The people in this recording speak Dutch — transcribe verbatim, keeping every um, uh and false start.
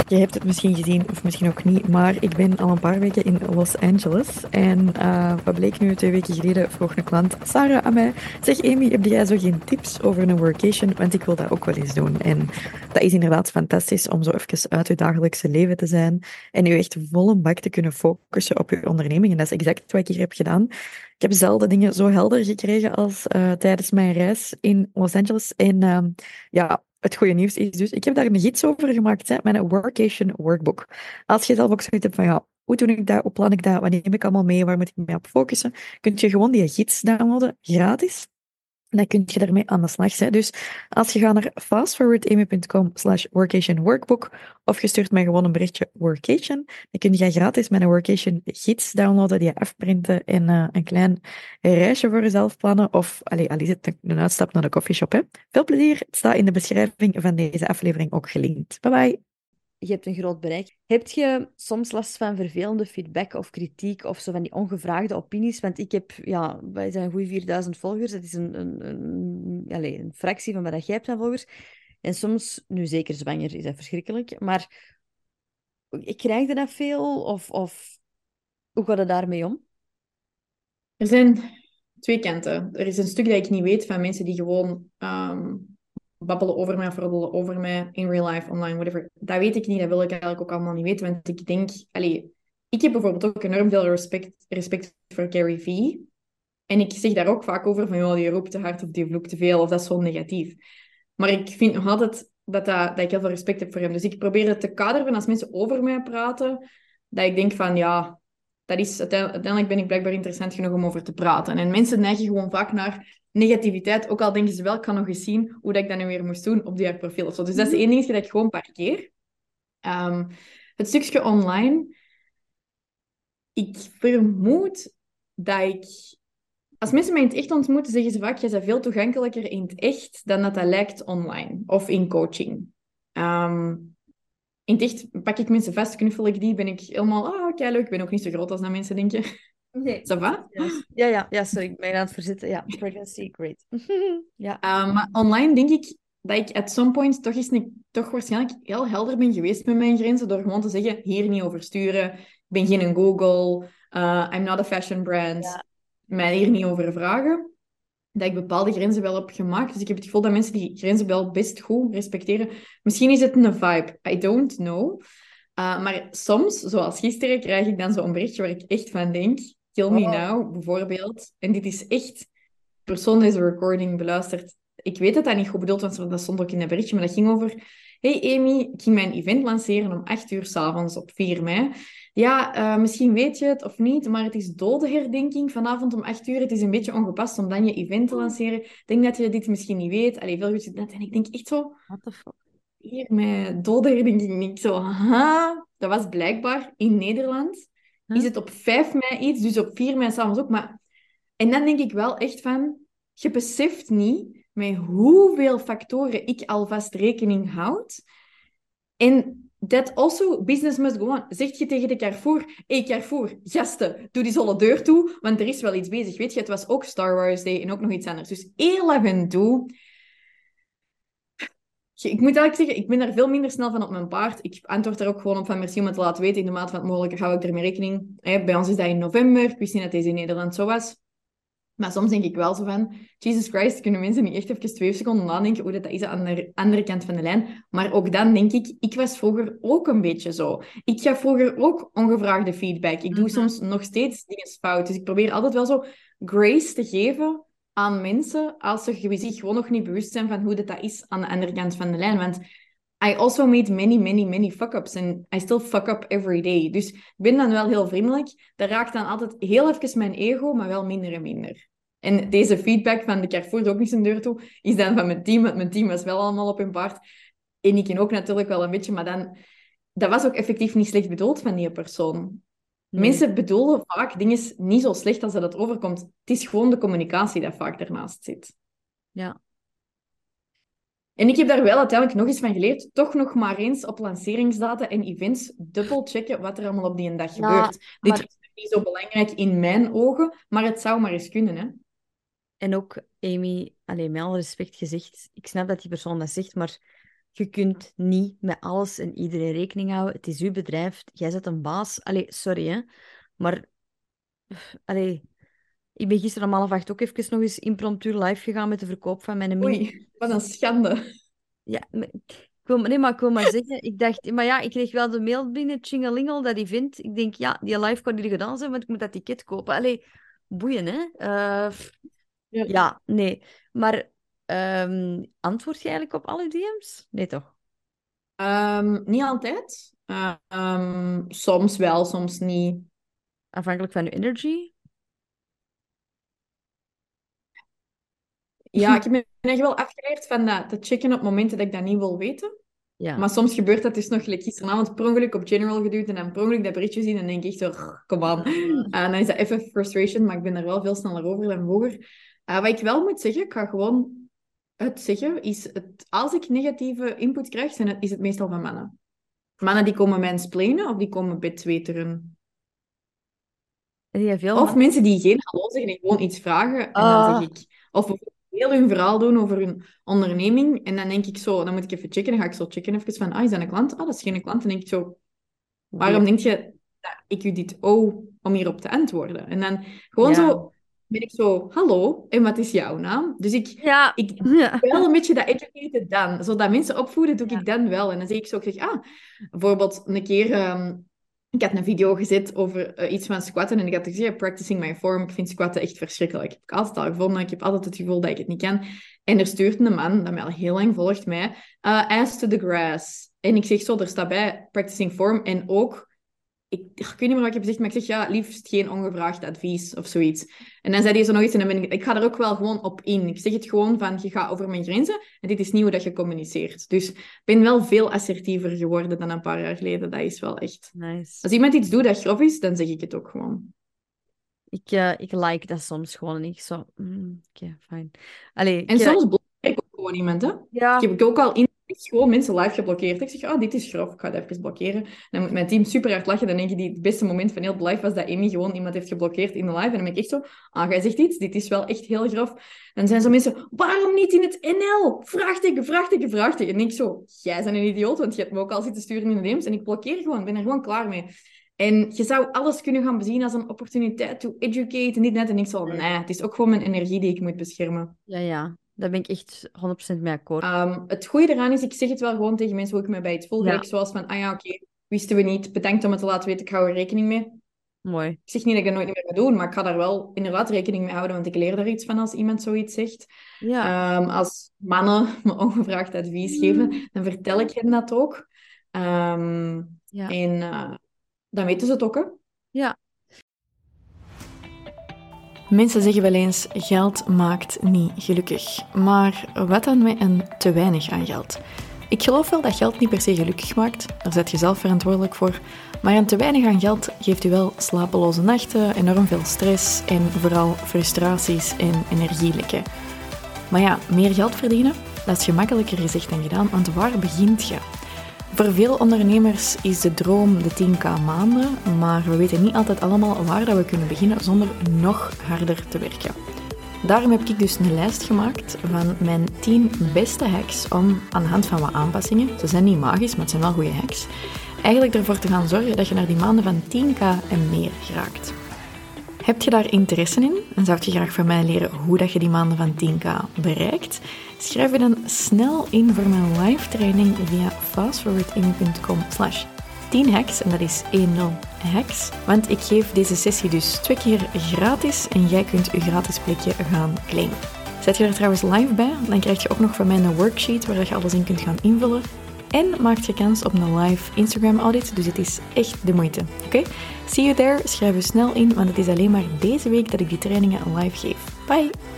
Je hebt het misschien gezien of misschien ook niet, maar ik ben al een paar weken in Los Angeles. En uh, wat bleek nu, twee weken geleden vroeg een klant, Sarah, aan mij, zeg Amy, heb jij zo geen tips over een workation? Want ik wil dat ook wel eens doen. En dat is inderdaad fantastisch om zo even uit je dagelijkse leven te zijn en je echt vol een bak te kunnen focussen op je onderneming. En dat is exact wat ik hier heb gedaan. Ik heb zelden dingen zo helder gekregen als uh, tijdens mijn reis in Los Angeles. En uh, ja, het goede nieuws is dus, ik heb daar een gids over gemaakt, hè, mijn workation workbook. Als je zelf ook zoiets hebt van, ja, hoe doe ik dat, hoe plan ik dat, wat neem ik allemaal mee, waar moet ik mee op focussen, kun je gewoon die gids downloaden, gratis. En dan kun je daarmee aan de slag. Hè. Dus als je gaat naar fastforwardamy.com slash workation workbook of je stuurt mij gewoon een berichtje workation, dan kun je gratis mijn workation gids downloaden, die je afprinten en uh, een klein reisje voor jezelf plannen. Of, allez, al is het een uitstap naar de coffeeshop. Hè. Veel plezier. Het staat in de beschrijving van deze aflevering ook gelinkt. Bye bye. Je hebt een groot bereik. Heb je soms last van vervelende feedback of kritiek of zo van die ongevraagde opinies? Want ik heb, ja, wij zijn een goede vierduizend volgers. Dat is een, een, een, allez, een fractie van wat jij hebt aan volgers. En soms, nu zeker zwanger, is dat verschrikkelijk. Maar ik krijg er dat veel? Of, of hoe gaat het daarmee om? Er zijn twee kanten. Er is een stuk dat ik niet weet van mensen die gewoon um, babbelen over mij of roddelen over mij in real life, online, whatever. Dat weet ik niet, dat wil ik eigenlijk ook allemaal niet weten, want ik denk... Allee, ik heb bijvoorbeeld ook enorm veel respect, respect voor Gary Vee. En ik zeg daar ook vaak over van, joh, die roept te hard of die vloekt te veel, of dat is zo negatief. Maar ik vind nog altijd dat, dat, dat ik heel veel respect heb voor hem. Dus ik probeer het te kaderen als mensen over mij praten, dat ik denk van, ja... Dat is, uiteindelijk ben ik blijkbaar interessant genoeg om over te praten. En mensen neigen gewoon vaak naar negativiteit. Ook al denken ze wel, ik kan nog eens zien hoe dat ik dat nu weer moest doen op die haar profiel of zo. Dus dat is één dingetje dat ik gewoon parkeer. Um, het stukje online. Ik vermoed dat ik... Als mensen mij in het echt ontmoeten, zeggen ze vaak, jij bent veel toegankelijker in het echt dan dat dat lijkt online. Of in coaching. Um, In het echt pak ik mensen vast, knuffel ik die, ben ik helemaal, ah, kei leuk. Ik ben ook niet zo groot als dat mensen denken. Nee. Ça va? Ja, ja, ja, sorry, ik ben aan het verzitten. Ja, pregnancy, great. Ja. Uh, maar online denk ik dat ik at some point toch, eens een, toch waarschijnlijk heel helder ben geweest met mijn grenzen, door gewoon te zeggen, hier niet over sturen. Ik ben geen Google. Uh, I'm not a fashion brand. Ja. Mij hier niet over vragen. Dat ik bepaalde grenzen wel heb gemaakt. Dus ik heb het gevoel dat mensen die grenzen wel best goed respecteren. Misschien is het een vibe. I don't know. Uh, maar soms, zoals gisteren, krijg ik dan zo'n berichtje waar ik echt van denk. Kill me Oh. now, bijvoorbeeld. En dit is echt... De persoon deze recording beluistert. Ik weet dat dat niet goed bedoeld was, want dat stond ook in een berichtje. Maar dat ging over... Hey Amy, ik ging mijn event lanceren om acht uur 's avonds op vier mei. Ja, uh, misschien weet je het of niet, maar het is dodenherdenking vanavond om acht uur. Het is een beetje ongepast om dan je event te lanceren. Ik denk dat je dit misschien niet weet. Allee, veel goed net. En ik denk echt zo... What the fuck? Hier, met dodenherdenking. Ik zo, ha. Dat was blijkbaar in Nederland. Huh? Is het op vijf mei iets, dus op vier mei s'avonds ook. Maar... En dan denk ik wel echt van... Je beseft niet met hoeveel factoren ik alvast rekening houd. En that also, business must go on. Zeg je tegen de Carrefour, hey Carrefour, gasten, doe die zolle deur toe, want er is wel iets bezig. Weet je, het was ook Star Wars Day en ook nog iets anders. Dus heel af en toe... Ik moet eigenlijk zeggen, ik ben daar veel minder snel van op mijn paard. Ik antwoord daar ook gewoon op van merci om het te laten weten. In de mate van het mogelijke hou ik ermee rekening. Bij ons is dat in november. Ik wist niet dat deze in Nederland zo was. Maar soms denk ik wel zo van... Jesus Christ, kunnen mensen niet echt even twee seconden nadenken hoe dat, dat is aan de andere kant van de lijn. Maar ook dan denk ik... Ik was vroeger ook een beetje zo. Ik gaf vroeger ook ongevraagde feedback. Ik doe Mhm. soms nog steeds dingen fout. Dus ik probeer altijd wel zo grace te geven aan mensen als ze zich gewoon nog niet bewust zijn van hoe dat, dat is aan de andere kant van de lijn. Want I also made many, many, many fuck-ups. And I still fuck up every day. Dus ik ben dan wel heel vriendelijk. Dat raakt dan altijd heel even mijn ego, maar wel minder en minder. En deze feedback van de Carrefour ook niet zijn deur toe, is dan van mijn team. Want mijn team was wel allemaal op hun paard. En ik ook natuurlijk wel een beetje. Maar dan... Dat was ook effectief niet slecht bedoeld van die persoon. Nee. Mensen bedoelen vaak dingen niet zo slecht als dat het overkomt. Het is gewoon de communicatie dat vaak daarnaast zit. Ja. En ik heb daar wel uiteindelijk nog eens van geleerd. Toch nog maar eens op lanceringsdata en events dubbelchecken wat er allemaal op die dag Ja, gebeurt. Dit maar... is niet zo belangrijk in mijn ogen, maar het zou maar eens kunnen, hè. En ook, Amy, alleen met alle respect gezegd, ik snap dat die persoon dat zegt, maar je kunt niet met alles en iedereen rekening houden. Het is uw bedrijf, jij bent een baas. Allee, sorry hè, maar allee, ik ben gisteren om half acht ook even nog eens impromptu live gegaan met de verkoop van mijn mini. Oei, wat een schande. Ja, maar- ik wil, nee, maar ik wil maar zeggen, ik dacht, maar ja, ik kreeg wel de mail binnen, tjingelingel, dat die vindt. Ik denk, ja, die live kan hier gedaan zijn, want ik moet dat ticket kopen. Allee, boeien, hè? Eh, Ja. ja, nee. Maar ehm, antwoord je eigenlijk op alle D M's? Nee, toch? Ehm, niet altijd. Eh, ehm, soms wel, soms niet. Afhankelijk van je energy? Ja, ik heb me echt wel afgeleerd van dat te checken op momenten dat ik dat niet wil weten. Ja. Maar soms gebeurt dat dus nog gelijk gisteravond per ongeluk op General geduwd en dan per ongeluk dat berichtje zien en denk ik echt zo, "Rrr, kom aan. En dan is dat even frustration, maar ik ben er wel veel sneller over dan vroeger. Eh, wat ik wel moet zeggen, ik ga gewoon het zeggen, is het, als ik negatieve input krijg, zijn het, is het meestal van mannen. Mannen die komen mansplainen of die komen bedweteren. Heb jij veel Of mannen? mensen die geen hallo zeggen en gewoon iets vragen. En dan Ah. zeg ik... Of bijvoorbeeld heel hun verhaal doen over hun onderneming. En dan denk ik zo... Dan moet ik even checken. Dan ga ik zo checken even van... Ah, is dat een klant? Ah, dat is geen klant. Dan denk ik zo... Waarom denk je dat ik u dit owe om hierop te antwoorden? En dan gewoon Ja. zo... Ben ik zo... Hallo, en wat is jouw naam? Dus ik... Ja. Ik Ja. wel een beetje dat educated dan. Zodat mensen opvoeden, doe Ja. ik dan wel. En dan zeg ik zo... Ik zeg, ah, bijvoorbeeld een keer... ehm, ik had een video gezet over eh, iets van squatten en ik had gezegd, practicing my form. Ik vind squatten echt verschrikkelijk. Ik heb het altijd al gevonden. Ik heb altijd het gevoel dat ik het niet kan. En er stuurt een man, dat mij al heel lang volgt, mij, uh, ass to the grass. En ik zeg zo, er staat bij, practicing form. En ook, ik, ik weet niet meer wat ik heb gezegd, maar ik zeg, ja, liefst geen ongevraagd advies of zoiets. En dan zei hij zo nog iets en dan ben ik, ik ga er ook wel gewoon op in. Ik zeg het gewoon van, je gaat over mijn grenzen en dit is niet hoe dat je communiceert. Dus ik ben wel veel assertiever geworden dan een paar jaar geleden. Dat is wel echt... Nice. Als iemand iets doet dat grof is, dan zeg ik het ook gewoon. Ik, eh, ik like dat soms gewoon niet. Zo, mm, oké, fijn. Allee, En ik, eh, soms blokkeer ik ook gewoon iemand, hè. ja, Ik heb ook al in gewoon mensen live geblokkeerd. Ik zeg, oh, dit is grof, ik ga het even blokkeren. Dan moet mijn team super hard lachen. Dan denk je, die, het beste moment van heel de live was dat Amy gewoon iemand heeft geblokkeerd in de live. En dan ben ik echt zo, ah, jij zegt iets, dit is wel echt heel grof. Dan zijn zo mensen, waarom niet in het N L? Vraagteken, vraagteken, vraagteken. En ik zo, jij bent een idioot, want je hebt me ook al zitten sturen in de D M's. En ik blokkeer gewoon, ik ben er gewoon klaar mee. En je zou alles kunnen gaan bezien als een opportuniteit to educate en dit net. En ik zo, nee, het is ook gewoon mijn energie die ik moet beschermen. ja, ja. Daar ben ik echt honderd procent mee akkoord. Um, het goede eraan is, ik zeg het wel gewoon tegen mensen hoe ik me bij het voel. Ja. Gelijk zoals van, ah ja, oké, wisten we niet. Bedankt om het te laten weten, ik hou er rekening mee. Mooi. Ik zeg niet dat ik het nooit meer ga doen, maar ik ga daar wel inderdaad rekening mee houden, want ik leer daar iets van als iemand zoiets zegt. Ja. Um, als mannen me ongevraagd advies geven, dan vertel ik hen dat ook. Um, Ja. En uh, dan weten ze het ook, hè. Ja. Mensen zeggen wel eens, geld maakt niet gelukkig. Maar wat dan met een te weinig aan geld? Ik geloof wel dat geld niet per se gelukkig maakt, daar zet je zelf verantwoordelijk voor. Maar een te weinig aan geld geeft u wel slapeloze nachten, enorm veel stress en vooral frustraties en energielekken. Maar ja, meer geld verdienen, dat is gemakkelijker gezegd dan gedaan, want waar begint je? Voor veel ondernemers is de droom de tien k maanden, maar we weten niet altijd allemaal waar dat we kunnen beginnen zonder nog harder te werken. Daarom heb ik dus een lijst gemaakt van mijn tien beste hacks om aan de hand van wat aanpassingen, ze zijn niet magisch, maar het zijn wel goede hacks, eigenlijk ervoor te gaan zorgen dat je naar die maanden van tien k en meer geraakt. Heb je daar interesse in en zou je graag van mij leren hoe dat je die maanden van tien k bereikt? Schrijf je dan snel in voor mijn live training via fastforwarding.com slash tien hacks en dat is tien hacks. Want ik geef deze sessie dus twee keer gratis en jij kunt je gratis plekje gaan claimen. Zet je er trouwens live bij, dan krijg je ook nog van mij een worksheet waar je alles in kunt gaan invullen. En maak je kans op een live Instagram audit, dus het is echt de moeite. Oké? Okay? See you there, schrijf je snel in, want het is alleen maar deze week dat ik die trainingen live geef. Bye!